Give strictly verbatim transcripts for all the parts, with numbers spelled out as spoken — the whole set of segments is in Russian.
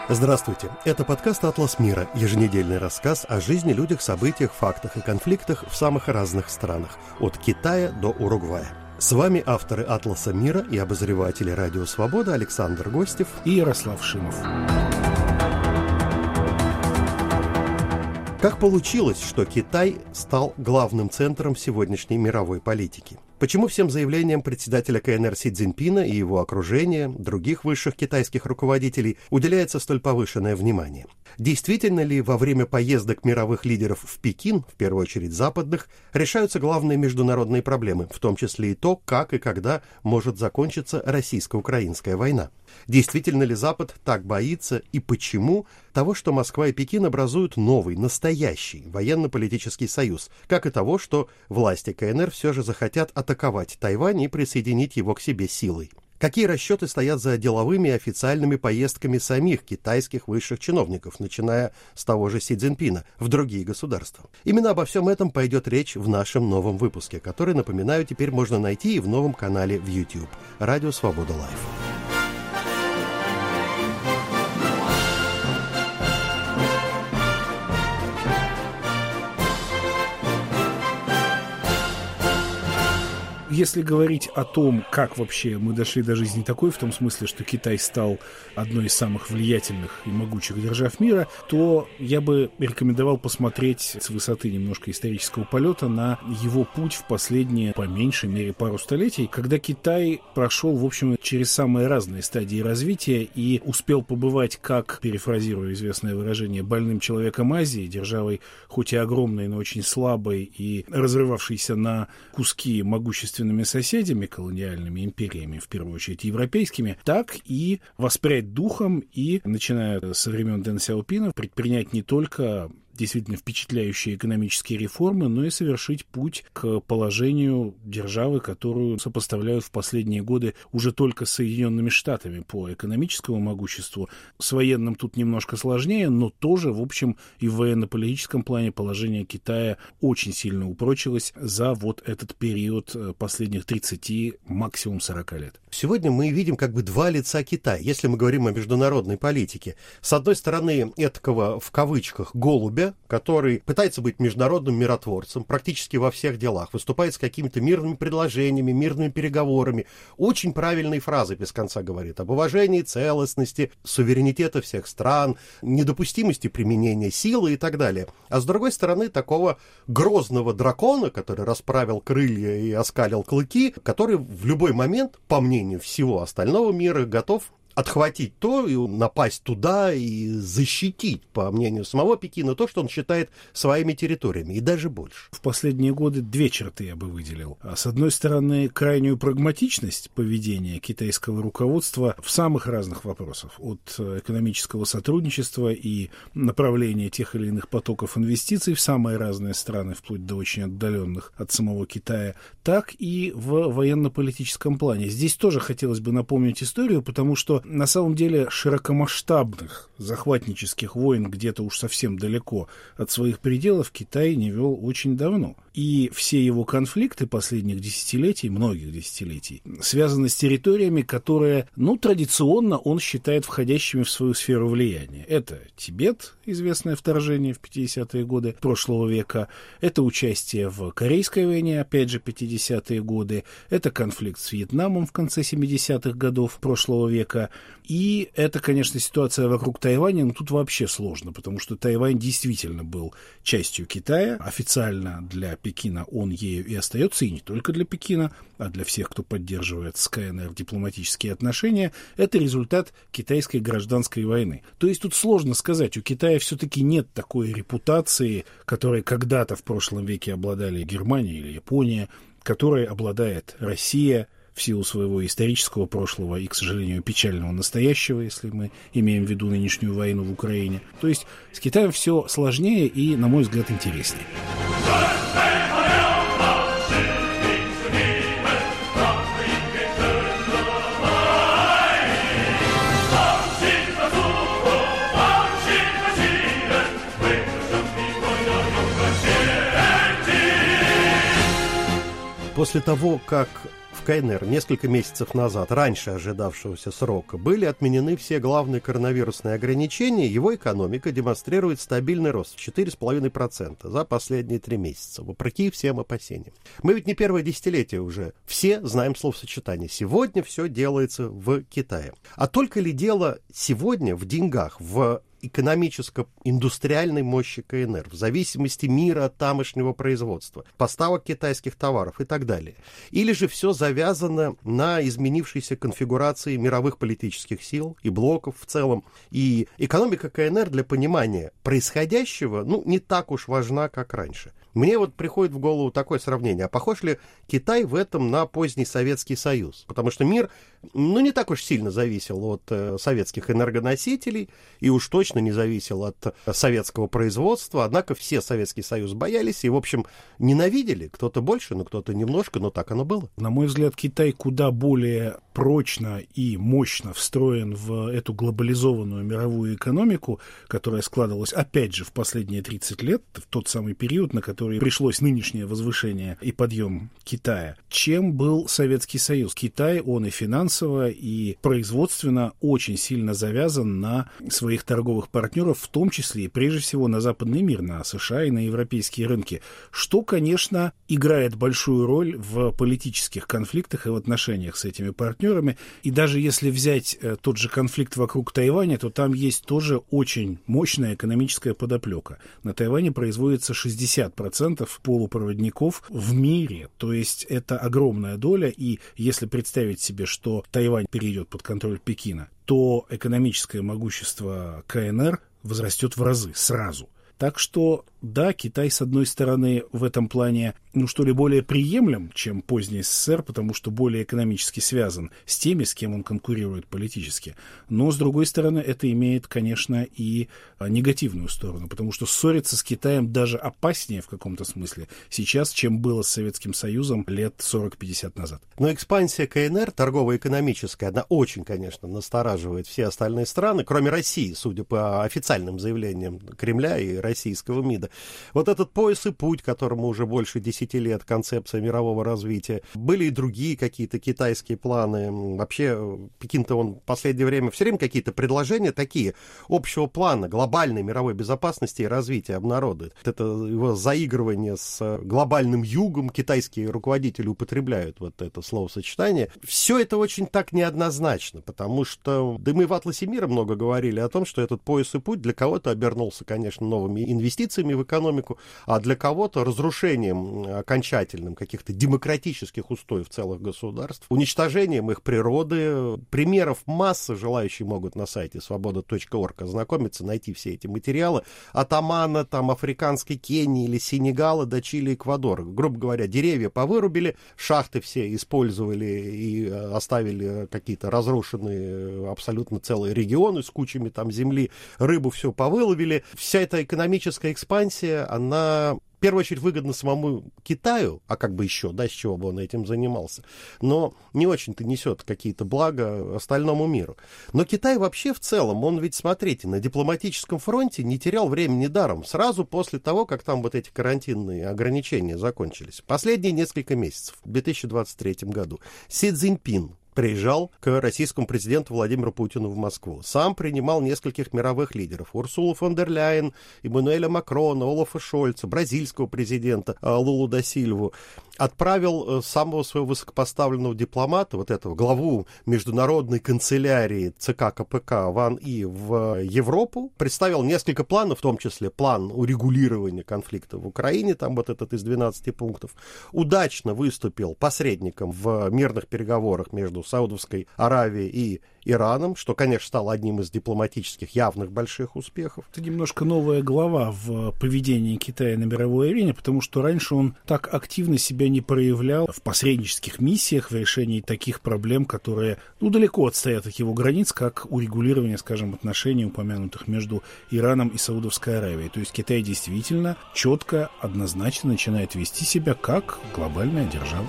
Здравствуйте, это подкаст «Атлас мира», еженедельный рассказ о жизни, людях, событиях, фактах и конфликтах в самых разных странах, от Китая до Уругвая. С вами авторы «Атласа мира» и обозреватели «Радио Свобода» Александр Гостев и Ярослав Шимов. Как получилось, что Китай стал главным центром сегодняшней мировой политики? Почему всем заявлениям председателя ка эн эр Си Цзиньпина и его окружения, других высших китайских руководителей, уделяется столь повышенное внимание? Действительно ли во время поездок мировых лидеров в Пекин, в первую очередь западных, решаются главные международные проблемы, в том числе и то, как и когда может закончиться российско-украинская война? Действительно ли Запад так боится и почему того, что Москва и Пекин образуют новый, настоящий военно-политический союз, как и того, что власти ка эн эр все же захотят атаковать Тайвань и присоединить его к себе силой? Какие расчеты стоят за деловыми и официальными поездками самих китайских высших чиновников, начиная с того же Си Цзиньпина, в другие государства? Именно обо всем этом пойдет речь в нашем новом выпуске, который, напоминаю, теперь можно найти и в новом канале в YouTube «Радио Свобода Лайв». Если говорить о том, как вообще мы дошли до жизни такой, в том смысле, что Китай стал одной из самых влиятельных и могучих держав мира, то я бы рекомендовал посмотреть с высоты немножко исторического полета на его путь в последние, по меньшей мере, пару столетий, когда Китай прошел, в общем, через самые разные стадии развития и успел побывать, как, перефразируя известное выражение, больным человеком Азии, державой хоть и огромной, но очень слабой и разрывавшейся на куски могущественной соседями, колониальными империями, в первую очередь европейскими, так и воспрять духом и, начиная со времен Дэн Сяопина, предпринять не только действительно впечатляющие экономические реформы, но и совершить путь к положению державы, которую сопоставляют в последние годы уже только с Соединенными Штатами по экономическому могуществу. С военным тут немножко сложнее, но тоже, в общем, и в военно-политическом плане положение Китая очень сильно упрочилось за вот этот период последних тридцати, максимум сорока лет. Сегодня мы видим как бы два лица Китая, если мы говорим о международной политике. С одной стороны, этакого, в кавычках, голубя, который пытается быть международным миротворцем практически во всех делах, выступает с какими-то мирными предложениями, мирными переговорами, очень правильные фразы без конца говорит об уважении целостности, суверенитета всех стран, недопустимости применения силы и так далее. А с другой стороны, такого грозного дракона, который расправил крылья и оскалил клыки, который в любой момент, по мнению всего остального мира, готов отхватить то и напасть туда и защитить, по мнению самого Пекина, то, что он считает своими территориями, и даже больше. В последние годы две черты я бы выделил. С одной стороны, крайнюю прагматичность поведения китайского руководства в самых разных вопросах, от экономического сотрудничества и направления тех или иных потоков инвестиций в самые разные страны, вплоть до очень отдаленных от самого Китая, так и в военно-политическом плане. Здесь тоже хотелось бы напомнить историю, потому что на самом деле широкомасштабных захватнических войн где-то уж совсем далеко от своих пределов Китай не вел очень давно. И все его конфликты последних десятилетий, многих десятилетий, связаны с территориями, которые, ну, традиционно он считает входящими в свою сферу влияния. Это Тибет, известное вторжение в пятидесятые годы прошлого века, это участие в Корейской войне, опять же, пятидесятые годы, это конфликт с Вьетнамом в конце семидесятых годов прошлого века, и это, конечно, ситуация вокруг Тайваня, но тут вообще сложно, потому что Тайвань действительно был частью Китая, официально для Пекина он ею и остается, и не только для Пекина, а для всех, кто поддерживает с ка эн эр дипломатические отношения, это результат китайской гражданской войны. То есть тут сложно сказать, у Китая все-таки нет такой репутации, которой когда-то в прошлом веке обладали Германия или Япония, которой обладает Россия в силу своего исторического прошлого и, к сожалению, печального настоящего, если мы имеем в виду нынешнюю войну в Украине. То есть с Китаем все сложнее и, на мой взгляд, интереснее. После того, как в КНР несколько месяцев назад, раньше ожидавшегося срока, были отменены все главные коронавирусные ограничения, его экономика демонстрирует стабильный рост в четыре целых пять десятых процента за последние три месяца, вопреки всем опасениям. Мы ведь не первое десятилетие уже все знаем словосочетание «сегодня все делается в Китае». А только ли дело сегодня в деньгах, в экономическо-индустриальной мощи КНР, в зависимости мира от тамошнего производства, поставок китайских товаров и так далее? Или же все завязано на изменившейся конфигурации мировых политических сил и блоков в целом? И экономика КНР для понимания происходящего, ну, не так уж важна, как раньше. Мне вот приходит в голову такое сравнение. А похож ли Китай в этом на поздний Советский Союз? Потому что мир, ну, не так уж сильно зависел от э, советских энергоносителей и уж точно не зависел от э, советского производства. Однако все Советский Союз боялись и, в общем, ненавидели. Кто-то больше, но кто-то немножко, но так оно было. На мой взгляд, Китай куда более прочно и мощно встроен в эту глобализованную мировую экономику, которая складывалась, опять же, в последние тридцать лет, в тот самый период, на который пришлось нынешнее возвышение и подъем Китая, чем был Советский Союз. Китай, он и финансово, и производственно очень сильно завязан на своих торговых партнеров, в том числе и прежде всего на западный мир, на США и на европейские рынки, что, конечно, играет большую роль в политических конфликтах и в отношениях с этими партнерами. И даже если взять тот же конфликт вокруг Тайваня, то там есть тоже очень мощная экономическая подоплека. На Тайване производится шестьдесят процентов полупроводников в мире. То есть это огромная доля. И если представить себе, что Тайвань перейдет под контроль Пекина, то экономическое могущество КНР возрастет в разы сразу. Так что, да, Китай, с одной стороны, в этом плане, ну, что ли, более приемлем, чем поздний СССР, потому что более экономически связан с теми, с кем он конкурирует политически. Но, с другой стороны, это имеет, конечно, и негативную сторону, потому что ссориться с Китаем даже опаснее в каком-то смысле сейчас, чем было с Советским Союзом лет сорок-пятьдесят назад. Но экспансия КНР, торгово-экономическая, она очень, конечно, настораживает все остальные страны, кроме России, судя по официальным заявлениям Кремля и российского МИДа. Вот этот пояс и путь, которому уже больше десяти лет, концепция мирового развития. Были и другие какие-то китайские планы. Вообще, Пекин-то он в последнее время все время какие-то предложения такие общего плана, глобальной мировой безопасности и развития обнародует. Это его заигрывание с глобальным югом, китайские руководители употребляют вот это словосочетание. Все это очень так неоднозначно, потому что, да мы в «Атласе мира» много говорили о том, что этот пояс и путь для кого-то обернулся, конечно, новыми инвестициями в экономику, а для кого-то разрушением окончательным каких-то демократических устоев целых государств, уничтожением их природы. Примеров масса, желающие могут на сайте свобода точка орг ознакомиться, найти все эти материалы. От Омана, там, африканской Кении или Сенегала до Чили, Эквадора. Грубо говоря, деревья повырубили, шахты все использовали и оставили какие-то разрушенные абсолютно целые регионы с кучами там земли, рыбу все повыловили. Вся эта экономическая экспансия, она в первую очередь выгодна самому Китаю, а как бы еще, да, с чего бы он этим занимался, но не очень-то несет какие-то блага остальному миру. Но Китай вообще в целом, он ведь, смотрите, на дипломатическом фронте не терял времени даром, сразу после того, как там вот эти карантинные ограничения закончились. Последние несколько месяцев, в две тысячи двадцать третьем году, Си Цзиньпин приезжал к российскому президенту Владимиру Путину в Москву. Сам принимал нескольких мировых лидеров. Урсулу фон дер Ляйен, Эммануэля Макрона, Олафа Шольца, бразильского президента Лулу да Сильву. Отправил самого своего высокопоставленного дипломата, вот этого главу международной канцелярии ЦК КПК Ван И в Европу. Представил несколько планов, в том числе план урегулирования конфликта в Украине, там вот этот из двенадцати пунктов. Удачно выступил посредником в мирных переговорах между Саудовской Аравией и Ираном, что, конечно, стало одним из дипломатических явных больших успехов. Это немножко новая глава в поведении Китая на мировой арене, потому что раньше он так активно себя не проявлял в посреднических миссиях, в решении таких проблем, которые, ну, далеко отстоят от его границ, как урегулирование, скажем, отношений, упомянутых между Ираном и Саудовской Аравией. То есть Китай действительно четко, однозначно начинает вести себя как глобальная держава.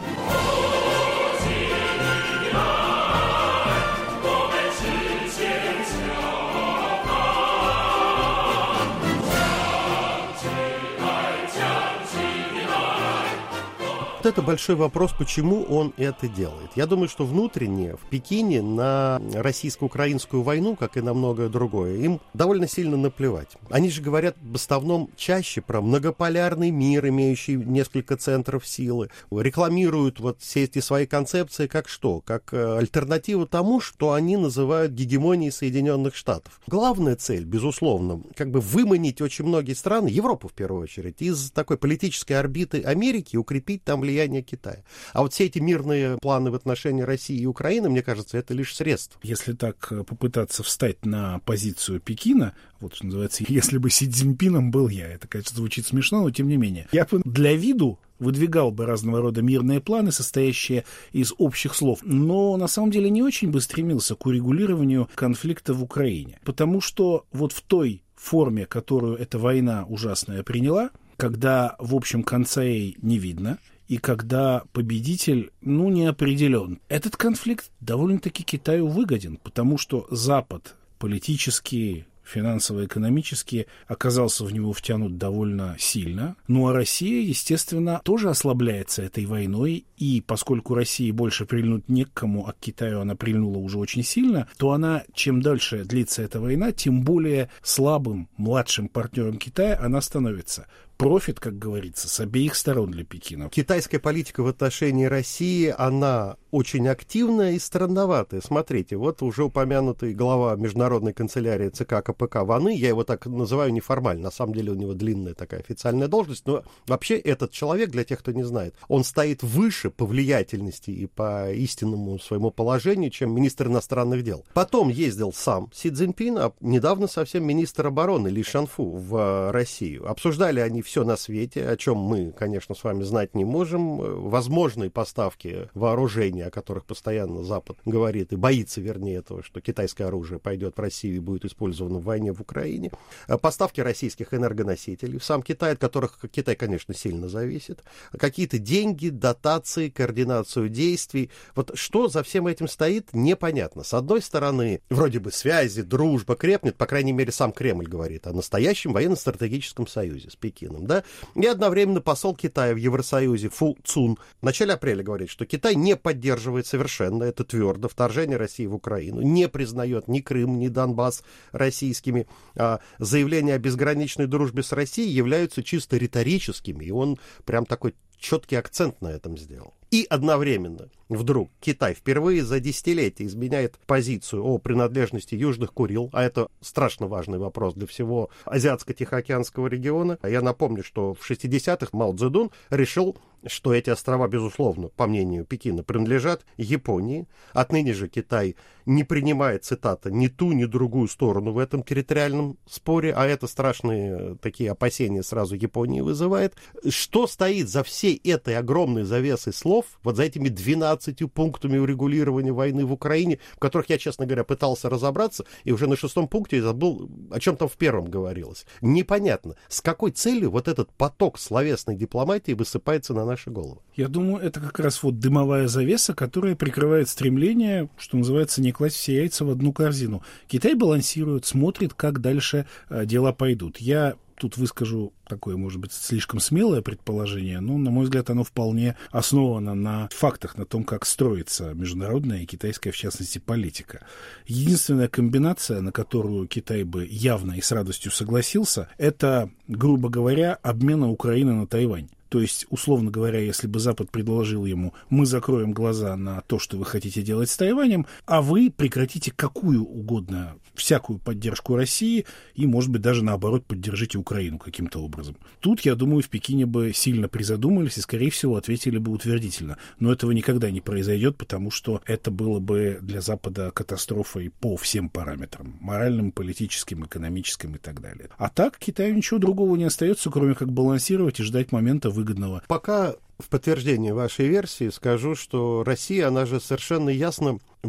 Вот это большой вопрос, почему он это делает. Я думаю, что внутренне в Пекине на российско-украинскую войну, как и на многое другое, им довольно сильно наплевать. Они же говорят в основном чаще про многополярный мир, имеющий несколько центров силы, рекламируют вот все эти свои концепции как что? Как альтернативу тому, что они называют гегемонией Соединенных Штатов. Главная цель, безусловно, как бы выманить очень многие страны, Европу в первую очередь, из такой политической орбиты Америки, укрепить там влияние Китая. А вот все эти мирные планы в отношении России и Украины, мне кажется, это лишь средство. Если так попытаться встать на позицию Пекина, вот что называется, если бы Си Цзиньпином был я, это, конечно, звучит смешно, но тем не менее, я бы для виду выдвигал бы разного рода мирные планы, состоящие из общих слов, но на самом деле не очень бы стремился к урегулированию конфликта в Украине, потому что вот в той форме, которую эта война ужасная приняла, когда, в общем, конца ей не видно, и когда победитель, ну, не определен. Этот конфликт довольно-таки Китаю выгоден, потому что Запад политически, финансово-экономически оказался в него втянут довольно сильно. Ну, а Россия, естественно, тоже ослабляется этой войной, и поскольку России больше прильнуть не к кому, а к Китаю она прильнула уже очень сильно, то она, чем дальше длится эта война, тем более слабым младшим партнером Китая она становится. Профит, как говорится, с обеих сторон для Пекина. Китайская политика в отношении России, она очень активная и странноватая. Смотрите, вот уже упомянутый глава международной канцелярии ЦК КПК Ваны, я его так называю неформально, на самом деле у него длинная такая официальная должность, но вообще этот человек, для тех, кто не знает, он стоит выше по влиятельности и по истинному своему положению, чем министр иностранных дел. Потом ездил сам Си Цзиньпин, а недавно совсем министр обороны Ли Шанфу в Россию. Обсуждали они все на свете, о чем мы, конечно, с вами знать не можем. Возможные поставки вооружения, о которых постоянно Запад говорит и боится, вернее, этого, что китайское оружие пойдет в Россию и будет использовано в войне в Украине. Поставки российских энергоносителей в сам Китай, от которых Китай, конечно, сильно зависит. Какие-то деньги, дотации, координацию действий. Вот что за всем этим стоит, непонятно. С одной стороны, вроде бы связи, дружба крепнет, по крайней мере, сам Кремль говорит о настоящем военно-стратегическом союзе с Пекином. Да? И одновременно посол Китая в Евросоюзе Фу Цун в начале апреля говорит, что Китай не поддерживает совершенно, это твердо, вторжение России в Украину, не признает ни Крым, ни Донбасс российскими. А заявления о безграничной дружбе с Россией являются чисто риторическими, и он прям такой четкий акцент на этом сделал. И одновременно вдруг Китай впервые за десятилетия изменяет позицию о принадлежности Южных Курил, а это страшно важный вопрос для всего Азиатско-Тихоокеанского региона. Я напомню, что в шестидесятых Мао Цзэдун решил, что эти острова, безусловно, по мнению Пекина, принадлежат Японии. Отныне же Китай не принимает, цитата, ни ту, ни другую сторону в этом территориальном споре, а это страшные такие опасения сразу Японии вызывает. Что стоит за всей этой огромной завесой слов, вот за этими двенадцатью пунктами урегулирования войны в Украине, в которых я, честно говоря, пытался разобраться, и уже на шестом пункте я забыл, о чем там в первом говорилось. Непонятно, с какой целью вот этот поток словесной дипломатии высыпается на наши головы. Я думаю, это как раз вот дымовая завеса, которая прикрывает стремление, что называется, не класть все яйца в одну корзину. Китай балансирует, смотрит, как дальше а, дела пойдут. Я тут выскажу такое, может быть, слишком смелое предположение, но, на мой взгляд, оно вполне основано на фактах, на том, как строится международная и китайская, в частности, политика. Единственная комбинация, на которую Китай бы явно и с радостью согласился, это, грубо говоря, обмена Украины на Тайвань. То есть, условно говоря, если бы Запад предложил ему, мы закроем глаза на то, что вы хотите делать с Тайванем, а вы прекратите какую угодно, всякую поддержку России и, может быть, даже наоборот, поддержите Украину каким-то образом. Тут, я думаю, в Пекине бы сильно призадумались и, скорее всего, ответили бы утвердительно. Но этого никогда не произойдет, потому что это было бы для Запада катастрофой по всем параметрам. Моральным, политическим, экономическим и так далее. А так Китаю ничего другого не остается, кроме как балансировать и ждать момента выгодного. Пока в подтверждение вашей версии скажу, что Россия, она же совершенно ясно в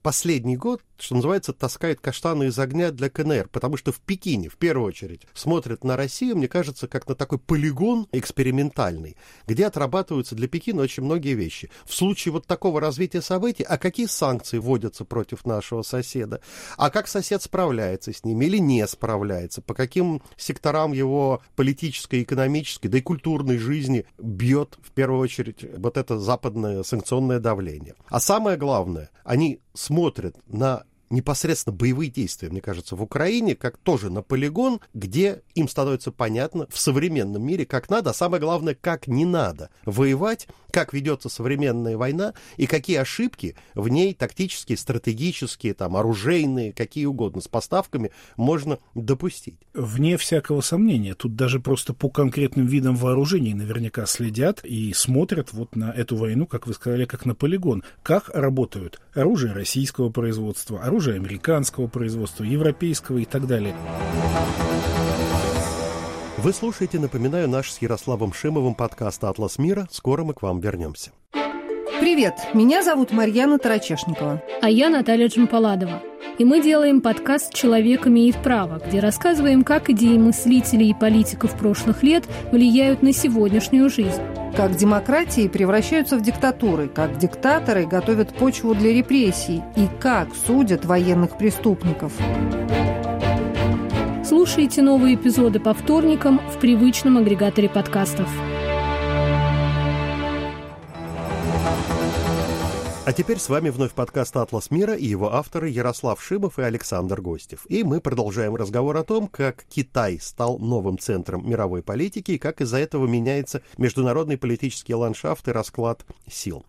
последний год, что называется, таскает каштаны из огня для КНР, потому что в Пекине, в первую очередь, смотрят на Россию, мне кажется, как на такой полигон экспериментальный, где отрабатываются для Пекина очень многие вещи. В случае вот такого развития событий, а какие санкции вводятся против нашего соседа, а как сосед справляется с ними или не справляется, по каким секторам его политической, экономической, да и культурной жизни бьет, в первую очередь, вот это западное санкционное давление. А самое главное, они смотрят на непосредственно боевые действия, мне кажется, в Украине, как тоже на полигон, где им становится понятно в современном мире, как надо, а самое главное, как не надо воевать, как ведется современная война и какие ошибки в ней тактические, стратегические, там, оружейные, какие угодно, с поставками можно допустить. Вне всякого сомнения, тут даже просто по конкретным видам вооружений наверняка следят и смотрят вот на эту войну, как вы сказали, как на полигон. Как работают оружие российского производства, оружие американского производства, европейского и так далее. Вы слушаете, напоминаю, наш с Ярославом Шимовым подкаст «Атлас мира». Скоро мы к вам вернемся. Привет, меня зовут Марьяна Тарачешникова. А я Наталья Джампаладова. И мы делаем подкаст «Человек имеет право», где рассказываем, как идеи мыслителей и политиков прошлых лет влияют на сегодняшнюю жизнь. Как демократии превращаются в диктатуры, как диктаторы готовят почву для репрессий и как судят военных преступников. Слушайте новые эпизоды по вторникам в привычном агрегаторе подкастов. А теперь с вами вновь подкаст «Атлас мира» и его авторы Ярослав Шимов и Александр Гостев. И мы продолжаем разговор о том, как Китай стал новым центром мировой политики и как из-за этого меняется международный политический ландшафт и расклад сил.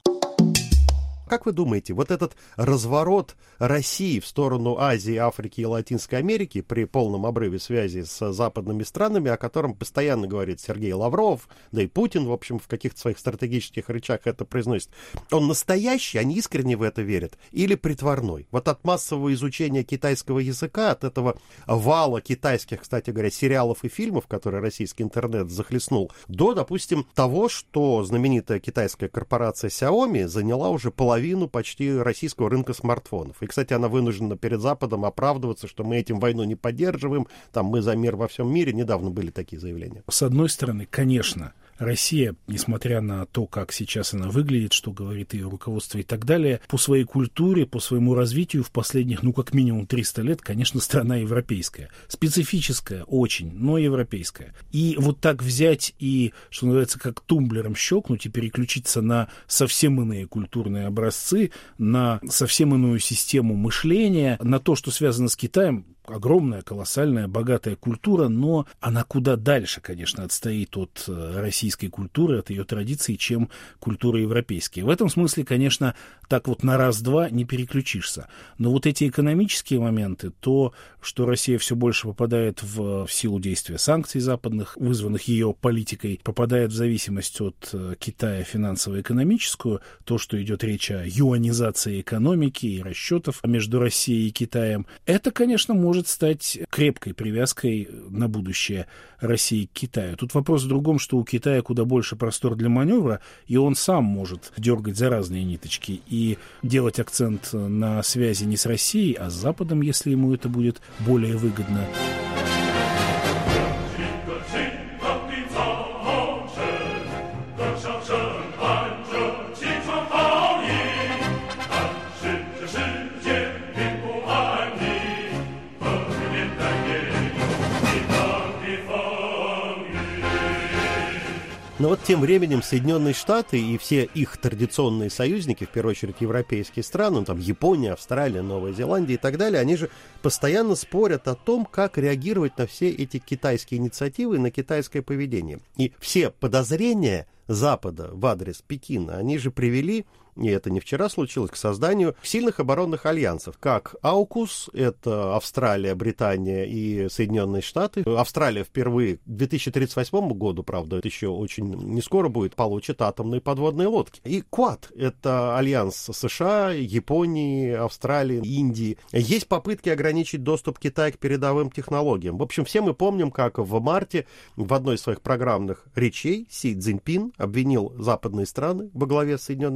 Как вы думаете, вот этот разворот России в сторону Азии, Африки и Латинской Америки при полном обрыве связи с западными странами, о котором постоянно говорит Сергей Лавров, да и Путин, в общем, в каких-то своих стратегических речах это произносит, он настоящий, они искренне в это верят, или притворной? Вот от массового изучения китайского языка, от этого вала китайских, кстати говоря, сериалов и фильмов, которые российский интернет захлестнул, до, допустим, того, что знаменитая китайская корпорация Xiaomi заняла уже половину почти российского рынка смартфонов. И, кстати, она вынуждена перед Западом оправдываться, что мы этим войну не поддерживаем, там мы за мир во всем мире. Недавно были такие заявления. С одной стороны, конечно, Россия, несмотря на то, как сейчас она выглядит, что говорит ее руководство и так далее, по своей культуре, по своему развитию в последних, ну, как минимум триста лет, конечно, страна европейская. Специфическая очень, но европейская. И вот так взять и, что называется, как тумблером щелкнуть и переключиться на совсем иные культурные образцы, на совсем иную систему мышления, на то, что связано с Китаем, огромная, колоссальная, богатая культура, но она куда дальше, конечно, отстоит от российской культуры, от ее традиций, чем культура европейская. В этом смысле, конечно, так вот на раз-два не переключишься. Но вот эти экономические моменты, то, что Россия все больше попадает в, в силу действия санкций западных, вызванных ее политикой, попадает в зависимость от Китая финансово-экономическую, то, что идет речь о юанизации экономики и расчетов между Россией и Китаем, это, конечно, может может стать крепкой привязкой на будущее России к Китаю. Тут вопрос в другом, что у Китая куда больше простор для маневра, и он сам может дергать за разные ниточки и делать акцент на связи не с Россией, а с Западом, если ему это будет более выгодно. Но вот тем временем Соединенные Штаты и все их традиционные союзники, в первую очередь европейские страны, ну, там Япония, Австралия, Новая Зеландия и так далее, они же постоянно спорят о том, как реагировать на все эти китайские инициативы, на китайское поведение. И все подозрения Запада в адрес Пекина, они же привели, и это не вчера случилось, к созданию сильных оборонных альянсов, как аукус, это Австралия, Британия и Соединенные Штаты. Австралия впервые к две тысячи тридцать восьмому году, правда, это еще очень не скоро будет, получит атомные подводные лодки. И Квад, это альянс США, Японии, Австралии, Индии. Есть попытки ограничить доступ Китая к передовым технологиям. В общем, все мы помним, как в марте в одной из своих программных речей Си Цзиньпин обвинил западные страны во главе с Соединенными Штатами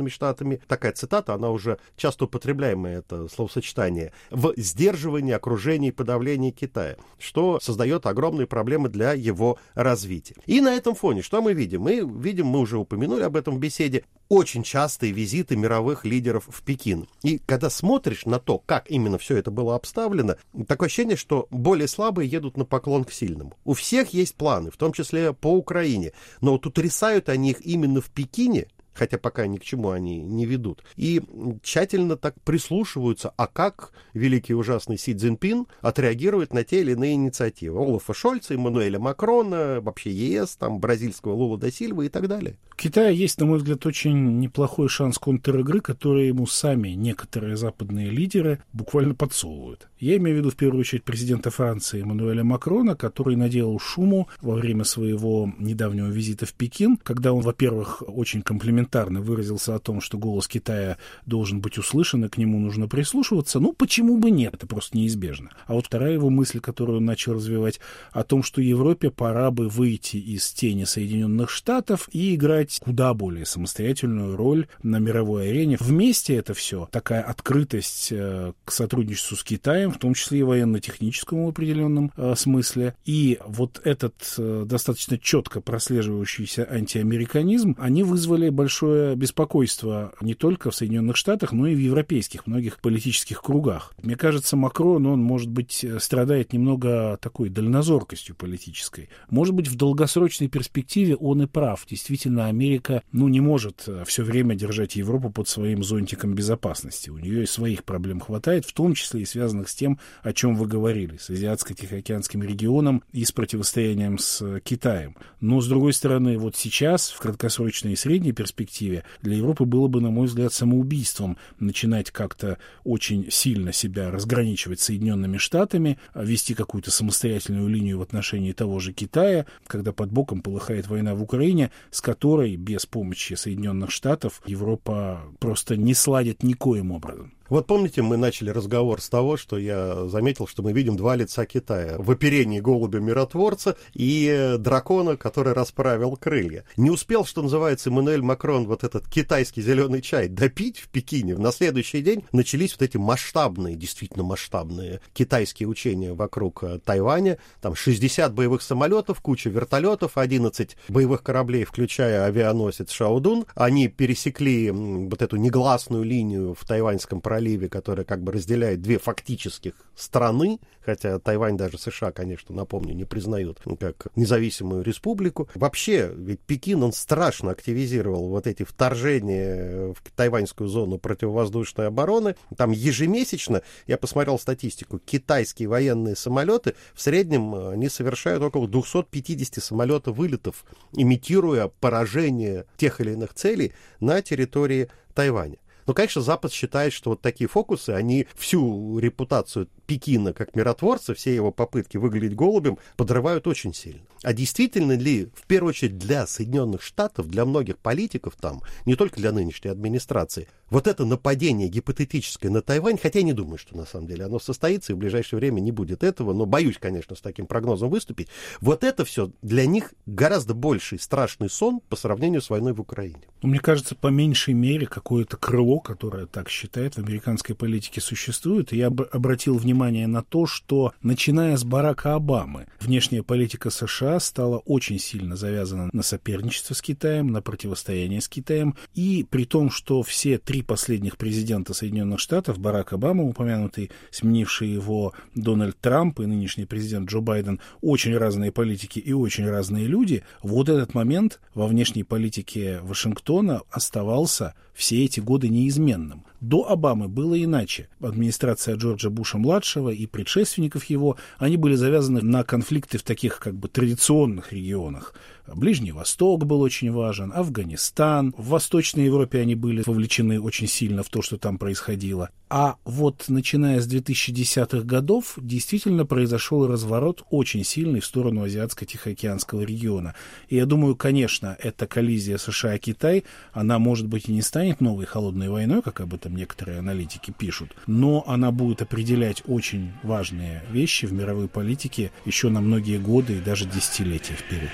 Штатами, такая цитата, она уже часто употребляемое это словосочетание, в сдерживании, окружении и подавлении Китая, что создает огромные проблемы для его развития. И на этом фоне что мы видим? Мы видим, мы уже упомянули об этом в беседе, очень частые визиты мировых лидеров в Пекин. И когда смотришь на то, как именно все это было обставлено, такое ощущение, что более слабые едут на поклон к сильному. У всех есть планы, в том числе по Украине, но вот утрясают они их именно в Пекине, хотя пока ни к чему они не ведут, и тщательно так прислушиваются, а как великий и ужасный Си Цзиньпин отреагирует на те или иные инициативы Олафа Шольца, Эммануэля Макрона, вообще ЕС, там, бразильского Лула да Сильвы и так далее. У Китая есть, на мой взгляд, очень неплохой шанс контр-игры, который ему сами некоторые западные лидеры буквально подсовывают. Я имею в виду, в первую очередь, президента Франции Эммануэля Макрона, который наделал шуму во время своего недавнего визита в Пекин, когда он, во-первых, очень комплиментарно выразился о том, что голос Китая должен быть услышан, и к нему нужно прислушиваться. Ну, почему бы нет? Это просто неизбежно. А вот вторая его мысль, которую он начал развивать, о том, что Европе пора бы выйти из тени Соединенных Штатов и играть куда более самостоятельную роль на мировой арене. Вместе это все, такая открытость э, к сотрудничеству с Китаем, в том числе и военно-техническому в определенном э, смысле. И вот этот э, достаточно четко прослеживающийся антиамериканизм, они вызвали большое большое беспокойство не только в Соединенных Штатах, но и в европейских многих политических кругах. Мне кажется, Макрон, он, может быть, страдает немного такой дальнозоркостью политической. Может быть, в долгосрочной перспективе он и прав. Действительно, Америка, ну, не может все время держать Европу под своим зонтиком безопасности. У нее и своих проблем хватает, в том числе и связанных с тем, о чем вы говорили, с Азиатско-Тихоокеанским регионом и с противостоянием с Китаем. Но, с другой стороны, вот сейчас, в краткосрочной и средней перспективе, для Европы было бы, на мой взгляд, самоубийством начинать как-то очень сильно себя разграничивать с Соединенными Штатами, вести какую-то самостоятельную линию в отношении того же Китая, когда под боком полыхает война в Украине, с которой без помощи Соединенных Штатов Европа просто не сладит никоим образом. Вот помните, мы начали разговор с того, что я заметил, что мы видим два лица Китая. В оперении голубя-миротворца и дракона, который расправил крылья. Не успел, что называется, Эммануэль Макрон вот этот китайский зеленый чай допить в Пекине. На следующий день начались вот эти масштабные, действительно масштабные китайские учения вокруг Тайваня. Там шестьдесят боевых самолетов, куча вертолетов, одиннадцать боевых кораблей, включая авианосец Шаодун. Они пересекли вот эту негласную линию в тайваньском проливе, которая как бы разделяет две фактических страны, хотя Тайвань даже США, конечно, напомню, не признают как независимую республику. Вообще, ведь Пекин, он страшно активизировал вот эти вторжения в тайваньскую зону противовоздушной обороны. Там ежемесячно, я посмотрел статистику, китайские военные самолеты в среднем они совершают около двести пятьдесят самолетов вылетов, имитируя поражение тех или иных целей на территории Тайваня. Но, конечно, Запад считает, что вот такие фокусы, они всю репутацию Пекина как миротворца, все его попытки выглядеть голубем, подрывают очень сильно. А действительно ли, в первую очередь для Соединенных Штатов, для многих политиков там, не только для нынешней администрации, вот это нападение гипотетическое на Тайвань, хотя я не думаю, что на самом деле оно состоится, и в ближайшее время не будет этого, но боюсь, конечно, с таким прогнозом выступить, вот это все для них гораздо больший страшный сон по сравнению с войной в Украине. Мне кажется, по меньшей мере какое-то крыло, которое так считает, в американской политике существует. И я бы обратил внимание на то, что, начиная с Барака Обамы, внешняя политика США стала очень сильно завязана на соперничество с Китаем, на противостояние с Китаем. И при том, что все три последних президента Соединенных Штатов, Барак Обама, упомянутый, сменивший его Дональд Трамп и нынешний президент Джо Байден, очень разные политики и очень разные люди, вот этот момент во внешней политике Вашингтона оставался все эти годы неизменным. До Обамы было иначе. Администрация Джорджа Буша-младшего и предшественников его, они были завязаны на конфликты в таких как бы традиционных регионах. Ближний Восток был очень важен, Афганистан. В Восточной Европе они были вовлечены очень сильно в то, что там происходило. А вот начиная с две тысячи десятых годов действительно произошел разворот очень сильный в сторону Азиатско-Тихоокеанского региона. И я думаю, конечно, эта коллизия США-Китай, она, может быть, и не станет новой холодной войной, как об этом некоторые аналитики пишут, но она будет определять очень важные вещи в мировой политике еще на многие годы и даже десятилетия вперед.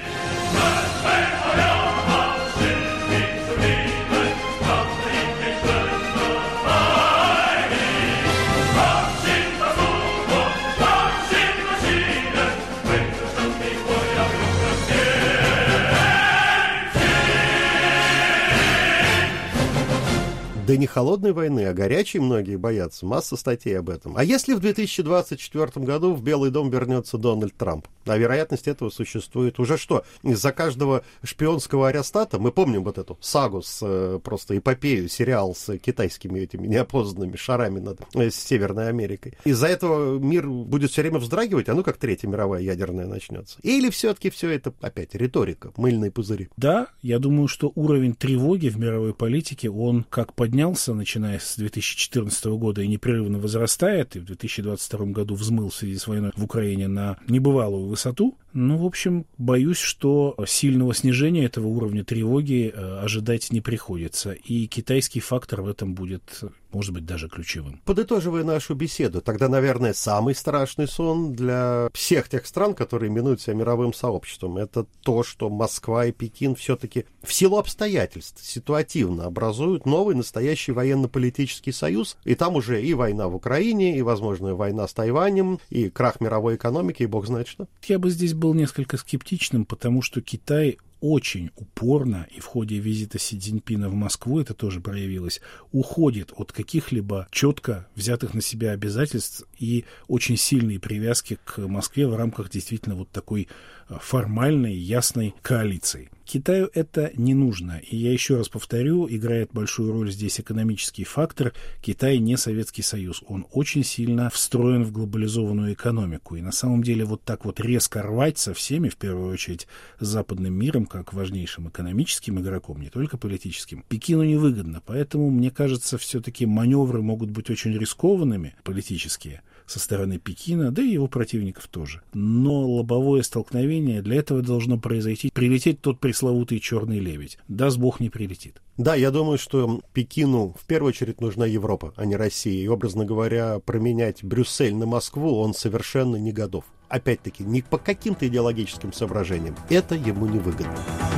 Да и не холодной войны, а горячей многие боятся. Масса статей об этом. А если в две тысячи двадцать четвёртом году в Белый дом вернется Дональд Трамп? А вероятность этого существует. Уже что, из-за каждого шпионского аэростата, мы помним вот эту сагу с э, просто эпопею, сериал с китайскими этими неопознанными шарами над э, Северной Америкой. Из-за этого мир будет все время вздрагивать, а ну как Третья мировая ядерная начнется. Или все-таки все это опять риторика, мыльные пузыри? Да, я думаю, что уровень тревоги в мировой политике, он как поднялся, начиная с две тысячи четырнадцатого года и непрерывно возрастает, и в две тысячи двадцать втором году взмыл в связи с войной в Украине на небывалую высоту. Ну, в общем, боюсь, что сильного снижения этого уровня тревоги э, ожидать не приходится. И китайский фактор в этом будет, может быть, даже ключевым. Подытоживая нашу беседу, тогда, наверное, самый страшный сон для всех тех стран, которые именуют себя мировым сообществом, это то, что Москва и Пекин все-таки в силу обстоятельств ситуативно образуют новый настоящий военно-политический союз. И там уже и война в Украине, и, возможно, война с Тайванем, и крах мировой экономики, и бог знает что. Я бы здесь был несколько скептичным, потому что Китай очень упорно, и в ходе визита Си Цзиньпина в Москву это тоже проявилось, уходит от каких-либо четко взятых на себя обязательств и очень сильной привязки к Москве в рамках действительно вот такой формальной, ясной коалиции. Китаю это не нужно. И я еще раз повторю, играет большую роль здесь экономический фактор. Китай не Советский Союз. Он очень сильно встроен в глобализованную экономику. И на самом деле вот так вот резко рвать со всеми, в первую очередь с западным миром, как важнейшим экономическим игроком, не только политическим, Пекину невыгодно. Поэтому, мне кажется, все-таки маневры могут быть очень рискованными, политические, со стороны Пекина, да и его противников тоже. Но лобовое столкновение, для этого должно произойти, прилететь тот пресловутый черный лебедь. Даст Бог, не прилетит. Да, я думаю, что Пекину в первую очередь нужна Европа, а не Россия. И, образно говоря, променять Брюссель на Москву он совершенно не готов. Опять-таки, не по каким-то идеологическим соображениям. Это ему невыгодно.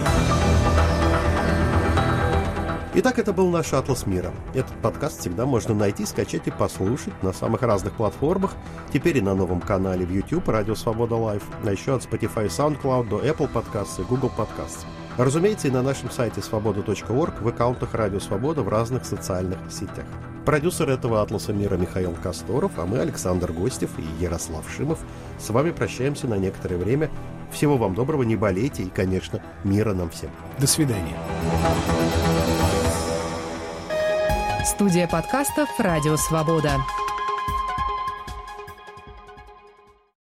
Итак, это был наш «Атлас мира». Этот подкаст всегда можно найти, скачать и послушать на самых разных платформах. Теперь и на новом канале в YouTube «Радио Свобода Лайв», а еще от Spotify и SoundCloud до Apple Podcasts и Google Podcasts. Разумеется, и на нашем сайте свобода точка орг в аккаунтах «Радио Свобода» в разных социальных сетях. Продюсер этого «Атласа мира» Михаил Касторов, а мы, Александр Гостев и Ярослав Шимов, с вами прощаемся на некоторое время. Всего вам доброго, не болейте и, конечно, мира нам всем. До свидания. Студия подкастов «Радио Свобода».